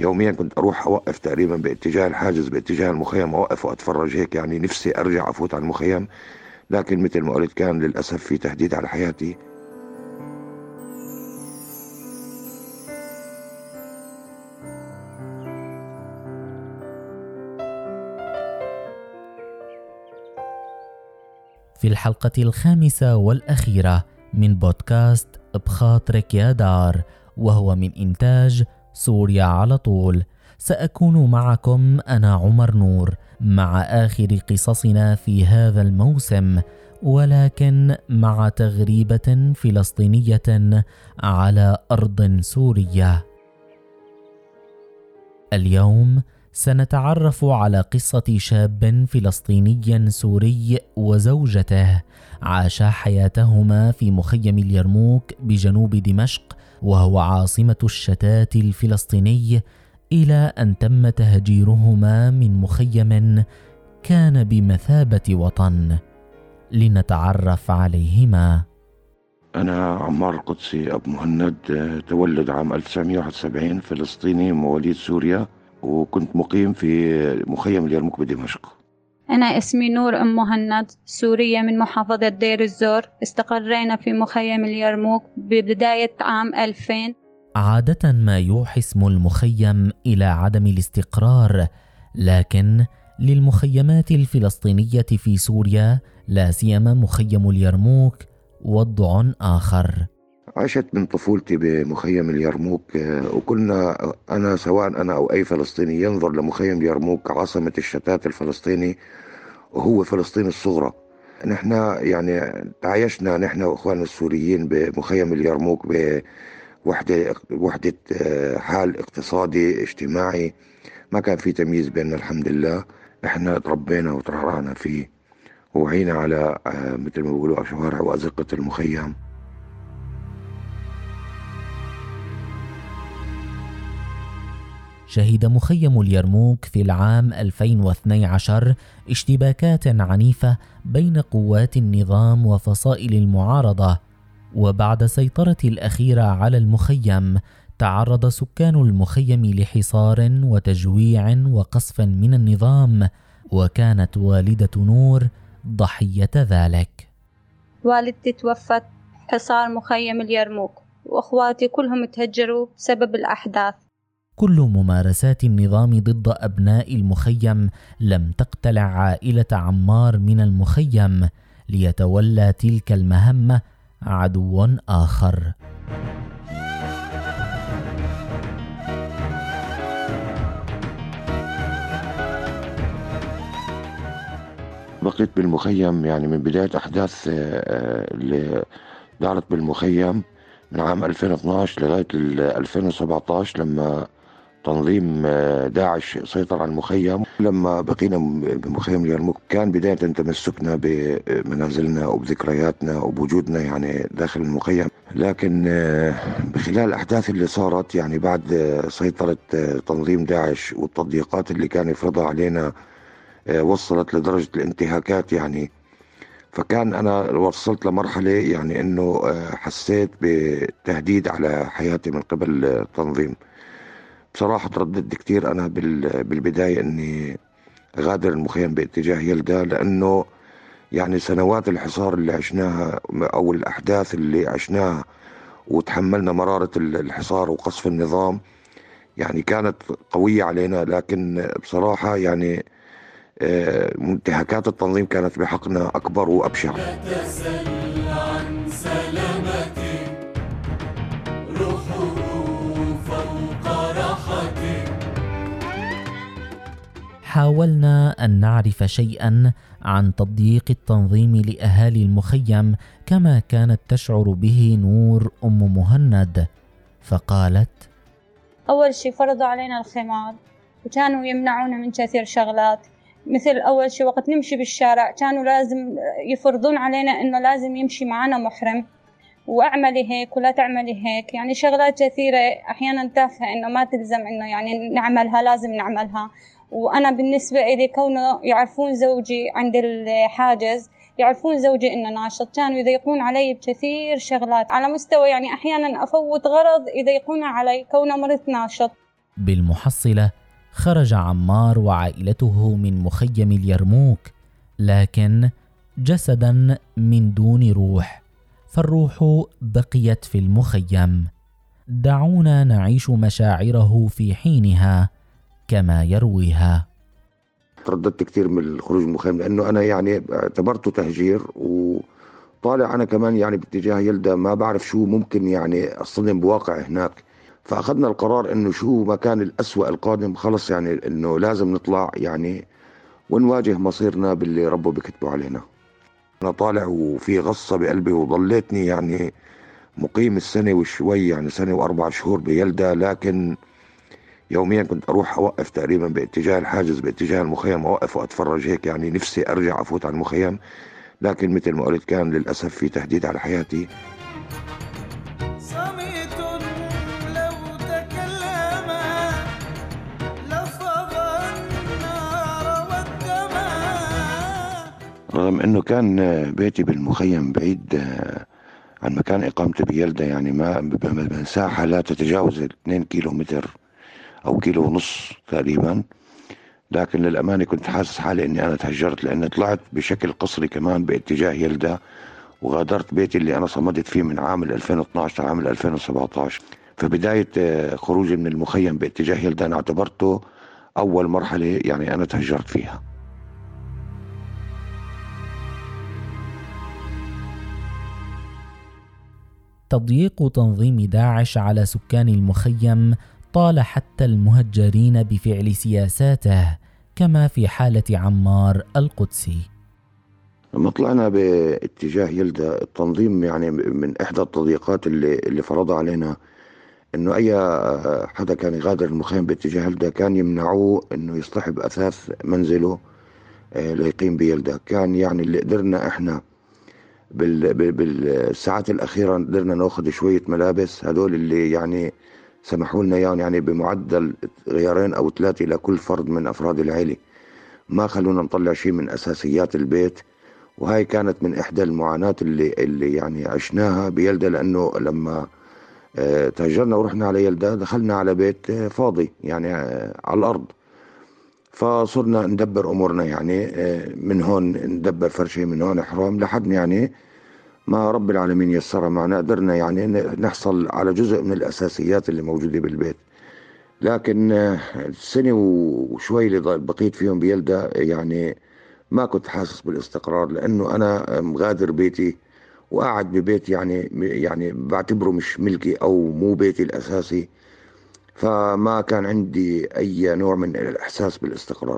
يوميا كنت أروح أوقف تقريبا باتجاه الحاجز باتجاه المخيم، أوقف وأتفرج هيك، يعني نفسي أرجع أفوت على المخيم، لكن مثل ما قلت كان للأسف في تهديد على حياتي. في الحلقة الخامسة والأخيرة من بودكاست بخاطرك يا دار، وهو من إنتاج سوريا على طول، سأكون معكم أنا عمر نور مع آخر قصصنا في هذا الموسم، ولكن مع تغريبة فلسطينية على أرض سورية. اليوم سنتعرف على قصة شاب فلسطيني سوري وزوجته عاشا حياتهما في مخيم اليرموك بجنوب دمشق، وهو عاصمة الشتات الفلسطيني، إلى أن تم تهجيرهما من مخيم كان بمثابة وطن. لنتعرف عليهما. أنا عمار القدسي أبو مهند، تولد عام 1971، فلسطيني مواليد سوريا، وكنت مقيم في مخيم اليرموك بدمشق. أنا اسمي نور أم مهند، سورية من محافظة دير الزور. استقرينا في مخيم اليرموك ببداية عام 2000. عادة ما يوحي اسم المخيم إلى عدم الاستقرار، لكن للمخيمات الفلسطينية في سوريا، لا سيما مخيم اليرموك، وضع آخر. عشت من طفولتي بمخيم اليرموك، وكنا أنا سواء أنا أو أي فلسطيني ينظر لمخيم اليرموك عاصمة الشتات الفلسطيني، وهو فلسطين الصغرى. نحن يعني تعايشنا نحن وإخواننا السوريين بمخيم اليرموك بوحدة حال اقتصادي اجتماعي، ما كان في تمييز بيننا الحمد لله. احنا تربينا وترعرعنا فيه، وعينا على مثل ما بيقولوا شوارع وأزقة المخيم. شهد مخيم اليرموك في العام 2012 اشتباكات عنيفة بين قوات النظام وفصائل المعارضة، وبعد سيطرة الأخيرة على المخيم تعرض سكان المخيم لحصار وتجويع وقصف من النظام، وكانت والدة نور ضحية ذلك. والدتي توفت حصار مخيم اليرموك، وأخواتي كلهم تهجروا بسبب الأحداث. كل ممارسات النظام ضد أبناء المخيم لم تقتلع عائلة عمار من المخيم، ليتولى تلك المهمة عدو آخر. بقيت بالمخيم يعني من بداية أحداث اللي دارت بالمخيم من عام 2012 لغاية 2017، لما تنظيم داعش سيطر على المخيم. لما بقينا بمخيم اليرموك كان بداية تمسكنا بمنازلنا وبذكرياتنا وبوجودنا يعني داخل المخيم، لكن بخلال الأحداث اللي صارت يعني بعد سيطرة تنظيم داعش والتضييقات اللي كان يفرضها علينا، وصلت لدرجة الانتهاكات يعني. فكان أنا وصلت لمرحلة يعني أنه حسيت بتهديد على حياتي من قبل التنظيم. بصراحة ترددت كتير أنا بالبداية أني أغادر المخيم باتجاه يلدا، لأنه يعني سنوات الحصار اللي عشناها أو الأحداث اللي عشناها وتحملنا مرارة الحصار وقصف النظام يعني كانت قوية علينا، لكن بصراحة يعني انتهاكات التنظيم كانت بحقنا أكبر وأبشع. حاولنا أن نعرف شيئا عن تضييق التنظيم لأهالي المخيم كما كانت تشعر به نور أم مهند، فقالت: أول شيء فرضوا علينا الخمار، وكانوا يمنعونا من كثير شغلات، مثل أول شيء وقت نمشي بالشارع كانوا لازم يفرضون علينا إنه لازم يمشي معنا محرم، وأعملي هيك ولا تعملي هيك، يعني شغلات كثيرة أحيانا تافهة إنه ما تلزم إنه يعني نعملها، لازم نعملها. وأنا بالنسبة إلي كونه يعرفون زوجي عند الحاجز، يعرفون زوجي إنه ناشط، كانوا يضيقون علي بكثير شغلات على مستوى يعني أحيانا أفوت غرض يضيقون علي كونه مرض ناشط. بالمحصلة خرج عمار وعائلته من مخيم اليرموك، لكن جسدا من دون روح، فالروح بقيت في المخيم. دعونا نعيش مشاعره في حينها كما يرويها. ترددت كثير من الخروج من المخيم لأنه أنا يعني اعتبرته تهجير، وطالع أنا كمان يعني باتجاه يلدا، ما بعرف شو ممكن يعني أصطدم بواقع هناك. فأخذنا القرار إنه شو ما كان الأسوأ القادم خلص يعني إنه لازم نطلع يعني ونواجه مصيرنا باللي ربه بكتبه علينا. أنا طالع وفي غصة بقلبي، وظليتني يعني مقيم السنة وشوي، يعني سنة و4 شهور بيلدا، لكن يوميا كنت أروح أوقف تقريبا باتجاه الحاجز باتجاه المخيم، أوقف وأتفرج هيك، يعني نفسي أرجع أفوت على المخيم، لكن مثل ما قلت كان للأسف في تهديد على حياتي. صميت لو تكلم لفظ النار والدماء. رغم أنه كان بيتي بالمخيم بعيد عن مكان إقامتي بيلدا، يعني ما بمساحة لا تتجاوز 2 كيلو متر أو كيلو ونص تقريبا، لكن للأمانة كنت حاسس حالي إني أنا تهجرت، لأن طلعت بشكل قصري كمان باتجاه يلدا، وغادرت بيتي اللي أنا صمدت فيه من عام 2012 لعام 2017. فبداية خروجي من المخيم باتجاه يلدا أنا اعتبرته أول مرحلة يعني أنا تهجرت فيها. تضييق تنظيم داعش على سكان المخيم طال حتى المهجرين بفعل سياساته، كما في حالة عمار القدسي. لما طلعنا باتجاه يلدا، التنظيم يعني من إحدى التضييقات اللي فرضها علينا إنه أي حدا كان يغادر المخيم باتجاه يلدا كان يمنعوه إنه يصطحب أثاث منزله ليقيم بيلدا. كان يعني اللي قدرنا إحنا بالساعات الأخيرة قدرنا ناخذ شوية ملابس، هدول اللي يعني سمحوا لنا يعني بمعدل 2 أو 3 لكل فرد من أفراد العائلة، ما خلونا نطلع شيء من أساسيات البيت. وهاي كانت من إحدى المعاناة اللي يعني عشناها بيلدا، لأنه لما تهجرنا ورحنا على يلدا دخلنا على بيت فاضي يعني على الأرض، فصرنا ندبر أمورنا يعني من هون ندبر فرشة، من هون إحرام، لحد يعني ما رب العالمين يسرها معنا قدرنا يعني نحصل على جزء من الأساسيات اللي موجودة بالبيت. لكن السنة وشوي اللي بقيت فيهم بيلدا يعني ما كنت حاسس بالاستقرار، لأنه أنا مغادر بيتي وقاعد ببيت يعني بعتبره مش ملكي أو مو بيتي الأساسي، فما كان عندي أي نوع من الإحساس بالاستقرار.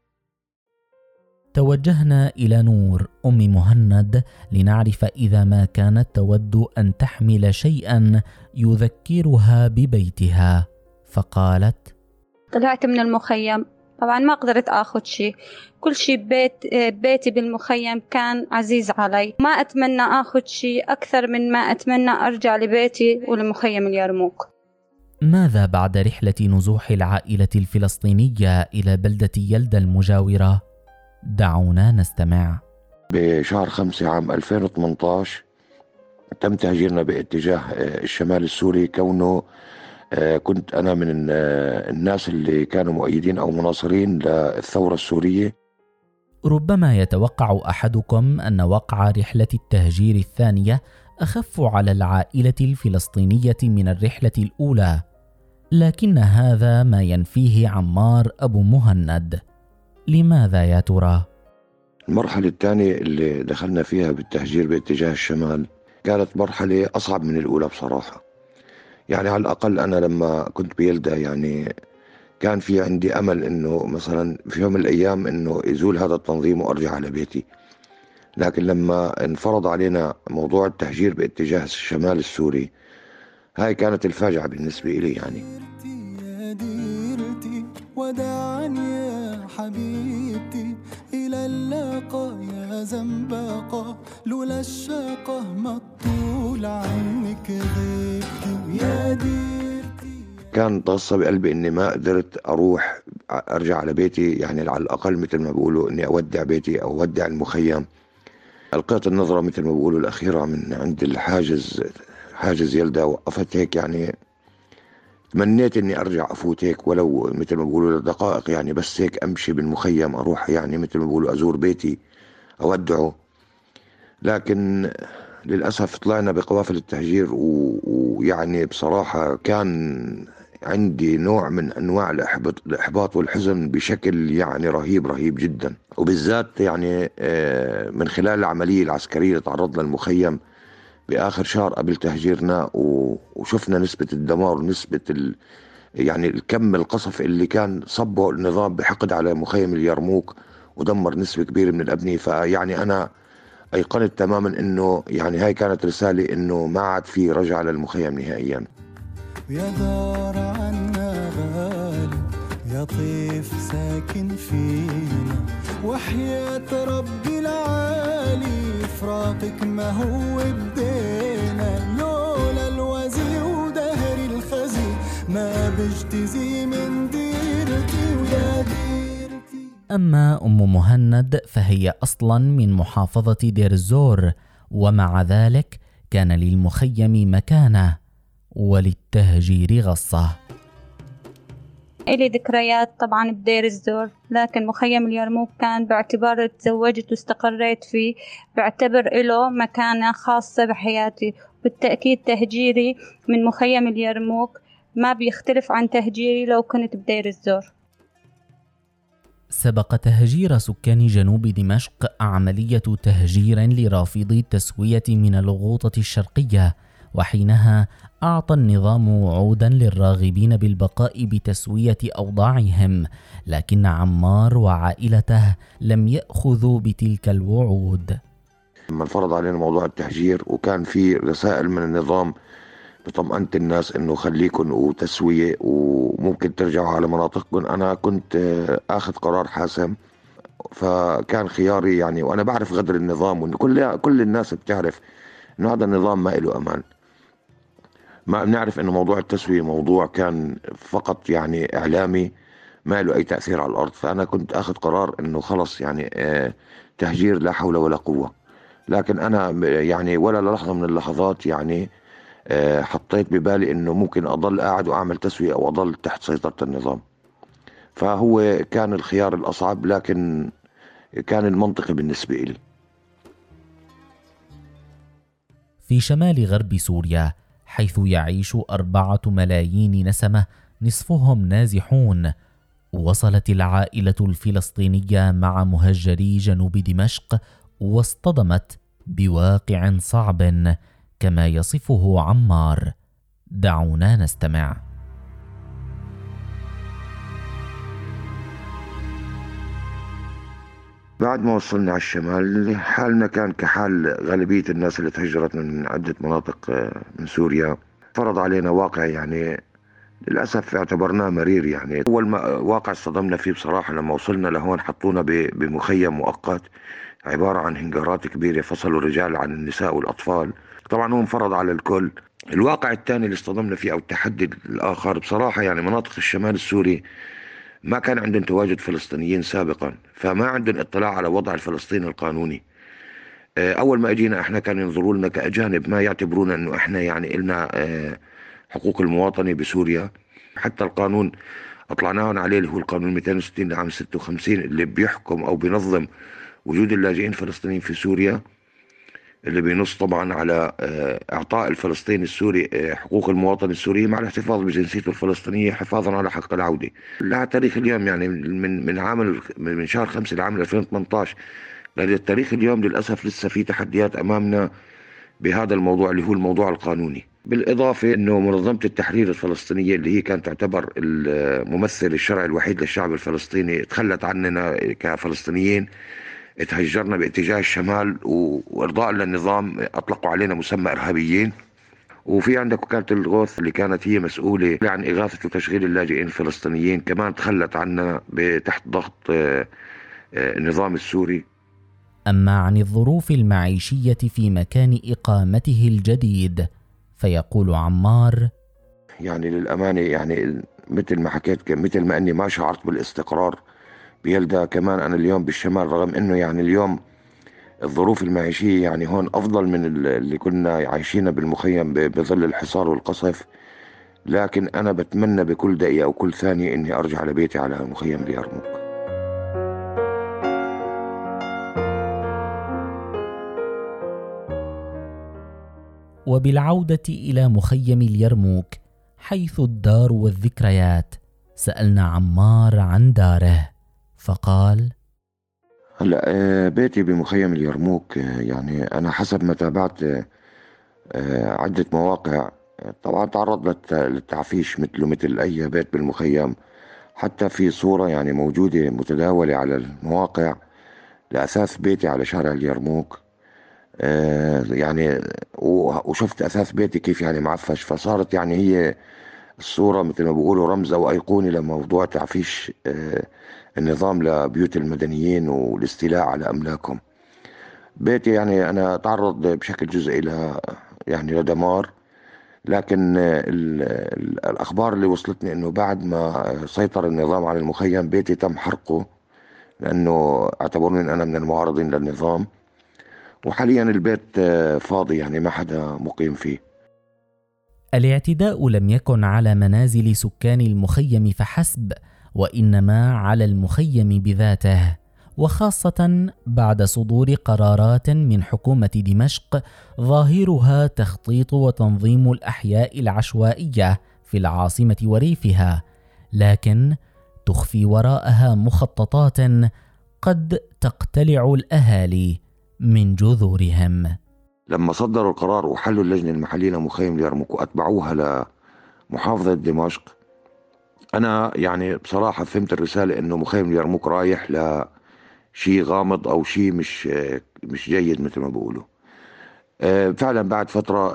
توجهنا إلى نور أم مهند لنعرف إذا ما كانت تود أن تحمل شيئا يذكرها ببيتها، فقالت: طلعت من المخيم، طبعا ما قدرت أخذ شيء، كل شيء بيتي بالمخيم كان عزيز علي، ما أتمنى أخذ شيء أكثر من ما أتمنى أرجع لبيتي ولمخيم اليرموك. ماذا بعد رحلة نزوح العائلة الفلسطينية إلى بلدة يلدا المجاورة؟ دعونا نستمع. بشهر 5 عام 2018 تم تهجيرنا باتجاه الشمال السوري، كونه كنت أنا من الناس اللي كانوا مؤيدين أو مناصرين للثورة السورية. ربما يتوقع أحدكم أن وقع رحلة التهجير الثانية أخف على العائلة الفلسطينية من الرحلة الأولى، لكن هذا ما ينفيه عمار أبو مهند. لماذا يا ترى؟ المرحلة الثانية اللي دخلنا فيها بالتهجير باتجاه الشمال كانت مرحلة أصعب من الأولى بصراحة. يعني على الأقل أنا لما كنت بيلدا يعني كان في عندي أمل إنه مثلا في يوم من الأيام إنه يزول هذا التنظيم وأرجع على بيتي، لكن لما انفرض علينا موضوع التهجير باتجاه الشمال السوري، هاي كانت الفاجعة بالنسبة إلي. يعني يا ديرتي وداعا يا حبيبتي إلى اللقاء يا زنبقة، لولا الشقة ما الطول عنك غيبتي يا ديرتي. كان غصة بقلبي إني ما قدرت أروح أرجع على بيتي، يعني على الأقل مثل ما بيقولوا إني أودع بيتي أو أودع المخيم. ألقيت النظرة مثل ما بيقولوا الأخيرة من عند حاجز يلدا، وقفت هيك يعني تمنيت إني أرجع أفوت هيك ولو مثل ما بقولوا دقائق، يعني بس هيك أمشي بالمخيم أروح يعني مثل ما بقولوا أزور بيتي أودعه. لكن للأسف طلعنا بقوافل التهجير ويعني بصراحة كان عندي نوع من أنواع الإحباط والحزن بشكل يعني رهيب رهيب جدا، وبالذات يعني من خلال العملية العسكرية اللي تعرضنا المخيم بآخر شهر قبل تهجيرنا، وشفنا نسبة الدمار ونسبة يعني الكم القصف اللي كان صبه النظام بحقد على مخيم اليرموك ودمر نسبة كبيرة من الأبنية. فيعني أنا أيقنت تماما إنه يعني هاي كانت رسالة إنه ما عاد في رجعة للمخيم نهائيا. يا دار عنا غالي يا طيف ساكن فينا، وحياة ربي العالي فراقك ما هو بدينا، لولا الوزي ودهر الخزي ما بجتزي من ديرتي ويا ديرتي. أما أم مهند فهي أصلا من محافظة دير الزور، ومع ذلك كان للمخيم مكانة وللتهجير غصة. إلي ذكريات طبعا بدير الزور، لكن مخيم اليرموك كان باعتبار تزوجت واستقريت فيه بعتبر إله مكانة خاصة بحياتي. بالتأكيد تهجيري من مخيم اليرموك ما بيختلف عن تهجيري لو كنت بدير الزور. سبق تهجير سكان جنوب دمشق عملية تهجير لرافضي التسوية من الغوطة الشرقية، وحينها أعطى النظام وعودا للراغبين بالبقاء بتسوية أوضاعهم، لكن عمار وعائلته لم يأخذوا بتلك الوعود. لما فرض علينا موضوع التهجير وكان في رسائل من النظام بطمأنة الناس إنه خليكن وتسوية وممكن ترجعوا على مناطقكم، أنا كنت آخذ قرار حاسم. فكان خياري يعني، وأنا بعرف غدر النظام وإن كل الناس بتعرف إنه هذا النظام ما له أمان. ما بنعرف إنه موضوع التسوية موضوع كان فقط يعني إعلامي ما له أي تأثير على الأرض. فأنا كنت آخذ قرار إنه خلص يعني تهجير لا حول ولا قوة. لكن أنا يعني ولا لحظة من اللحظات يعني حطيت ببالي انه ممكن اضل قاعد واعمل تسوية او اضل تحت سيطرة النظام. فهو كان الخيار الاصعب لكن كان المنطقي بالنسبة لي. في شمال غرب سوريا حيث يعيش 4 ملايين نسمة نصفهم نازحون، وصلت العائلة الفلسطينية مع مهجري جنوب دمشق واصطدمت بواقع صعب كما يصفه عمار. دعونا نستمع. بعد ما وصلنا على الشمال حالنا كان كحال غالبية الناس اللي تهجرت من عدة مناطق من سوريا. فرض علينا واقع يعني للأسف اعتبرناه مرير. يعني أول ما واقع اصطدمنا فيه بصراحة لما وصلنا لهون حطونا بمخيم مؤقت عبارة عن هنجارات كبيرة، فصلوا الرجال عن النساء والأطفال. طبعا هو انفرض على الكل. الواقع الثاني اللي اصطدمنا فيه أو التحدي الآخر بصراحة يعني مناطق الشمال السوري ما كان عندهم تواجد فلسطينيين سابقا، فما عندهم اطلاع على وضع الفلسطيني القانوني. أول ما أجينا إحنا كانوا ينظروا لنا كأجانب، ما يعتبرونا أنه إحنا يعني إلنا حقوق المواطنة بسوريا. حتى القانون أطلعناهم عليه اللي هو القانون 260 لعام 56 اللي بيحكم أو بينظم وجود اللاجئين الفلسطينيين في سوريا، اللي بينص طبعا على إعطاء الفلسطيني السوري حقوق المواطن السوري مع الاحتفاظ بجنسيته الفلسطينية حفاظا على حق العودة. لا تاريخ اليوم يعني من شهر 5 لعام 2018 للتاريخ اليوم للأسف لسه في تحديات أمامنا بهذا الموضوع اللي هو الموضوع القانوني. بالإضافة أنه منظمة التحرير الفلسطينية اللي هي كانت تعتبر الممثل الشرعي الوحيد للشعب الفلسطيني تخلت عننا كفلسطينيين. تهجرنا باتجاه الشمال وإرضاء للنظام أطلقوا علينا مسمى إرهابيين. وفي عندك وكالة الغوث اللي كانت هي مسؤولة عن إغاثة وتشغيل اللاجئين الفلسطينيين كمان تخلت عنا تحت ضغط النظام السوري. أما عن الظروف المعيشية في مكان إقامته الجديد فيقول عمار: يعني للأمانة يعني مثل ما حكيت مثل ما أني ما شعرت بالاستقرار بيلدا، كمان أنا اليوم بالشمال رغم أنه يعني اليوم الظروف المعيشية يعني هون أفضل من اللي كنا عايشينها بالمخيم بظل الحصار والقصف. لكن أنا بتمنى بكل دقيقة أو كل ثانية إني أرجع لبيتي على مخيم اليرموك. وبالعودة إلى مخيم اليرموك حيث الدار والذكريات، سألنا عمار عن داره فقال: هلا بيتي بمخيم اليرموك، يعني أنا حسب ما تابعت عدة مواقع، طبعا تعرض للتعفيش مثله مثل أي بيت بالمخيم. حتى في صورة يعني موجودة متداولة على المواقع لأثاث بيتي على شارع اليرموك، يعني وشفت أثاث بيتي كيف يعني معفش، فصارت يعني هي الصورة مثل ما بيقولوا رمز أو أيقوني لموضوع تعفيش النظام لبيوت المدنيين والاستيلاء على أملاكهم. بيتي يعني أنا تعرض بشكل جزئي يعني لدمار، لكن الأخبار اللي وصلتني إنه بعد ما سيطر النظام على المخيم بيتي تم حرقه، لأنه اعتبروني أنا من المعارضين للنظام، وحاليا البيت فاضي يعني ما حدا مقيم فيه. الاعتداء لم يكن على منازل سكان المخيم فحسب، وإنما على المخيم بذاته، وخاصة بعد صدور قرارات من حكومة دمشق ظاهرها تخطيط وتنظيم الأحياء العشوائية في العاصمة وريفها، لكن تخفي وراءها مخططات قد تقتلع الأهالي من جذورهم. لما صدروا القرار وحلوا اللجنة المحلية لمخيم اليرموك وأتبعوها لمحافظة دمشق، أنا يعني بصراحة فهمت الرسالة إنه مخيم اليرموك رايح لشيء غامض أو شيء مش جيد مثل ما بيقولوا. فعلا بعد فترة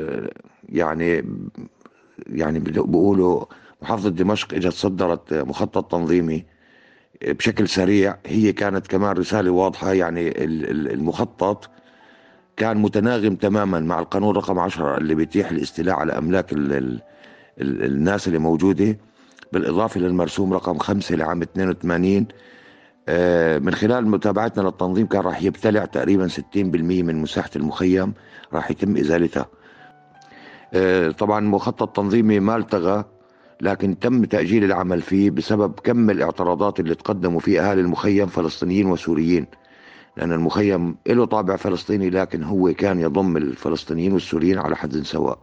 يعني بيقولوا محافظة دمشق اجت صدرت مخطط تنظيمي بشكل سريع. هي كانت كمان رسالة واضحة، يعني المخطط كان متناغم تماما مع القانون رقم 10 اللي بيتيح الاستيلاء على أملاك الناس اللي موجودة، بالإضافة للمرسوم رقم 5 لعام 82. من خلال متابعتنا للتنظيم كان راح يبتلع تقريبا 60% من مساحة المخيم، راح يتم إزالتها. طبعا مخطط تنظيمي ما التغى، لكن تم تأجيل العمل فيه بسبب كم الاعتراضات اللي تقدموا فيه أهالي المخيم فلسطينيين وسوريين، لأن المخيم له طابع فلسطيني لكن هو كان يضم الفلسطينيين والسوريين على حد سواء.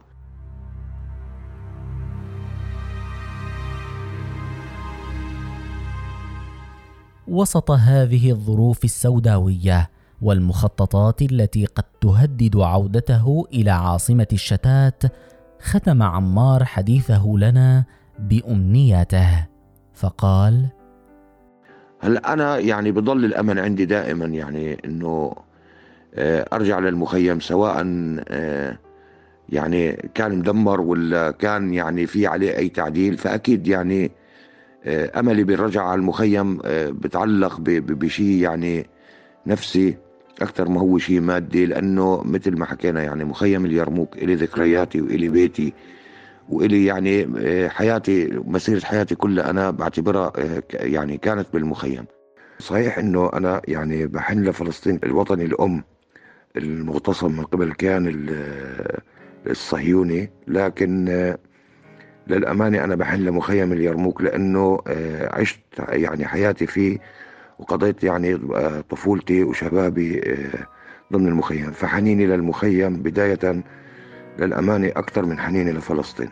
وسط هذه الظروف السوداوية والمخططات التي قد تهدد عودته إلى عاصمة الشتات، ختم عمار حديثه لنا بأمنيته فقال: هلا أنا يعني بضل الأمل عندي دائما، يعني إنه أرجع للمخيم، سواء يعني كان مدمر ولا كان يعني في عليه أي تعديل، فأكيد يعني أملي بالرجعة على المخيم بتعلق بشيء يعني نفسي أكثر ما هو شيء مادي، لأنه مثل ما حكينا يعني مخيم اليرموك إلي ذكرياتي وإلي بيتي وإلي يعني حياتي، مسيرة حياتي كلها أنا بعتبرها يعني كانت بالمخيم. صحيح إنه أنا يعني بحن لفلسطين الوطني الأم المغتصب من قبل كان الصهيوني، لكن للأمانة أنا بحن لمخيم اليرموك لأنه عشت يعني حياتي فيه وقضيت يعني طفولتي وشبابي ضمن المخيم، فحنيني للمخيم بداية للأمانة أكثر من حنيني لفلسطين.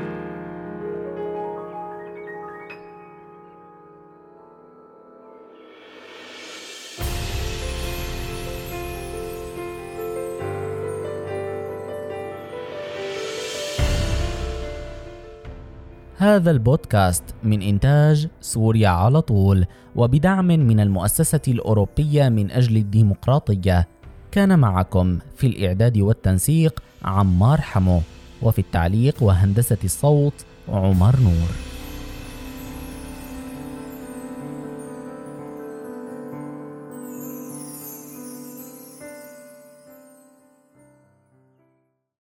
هذا البودكاست من إنتاج سوريا على طول، وبدعم من المؤسسة الأوروبية من أجل الديمقراطية. كان معكم في الإعداد والتنسيق عمار حمو، وفي التعليق وهندسة الصوت عمر نور.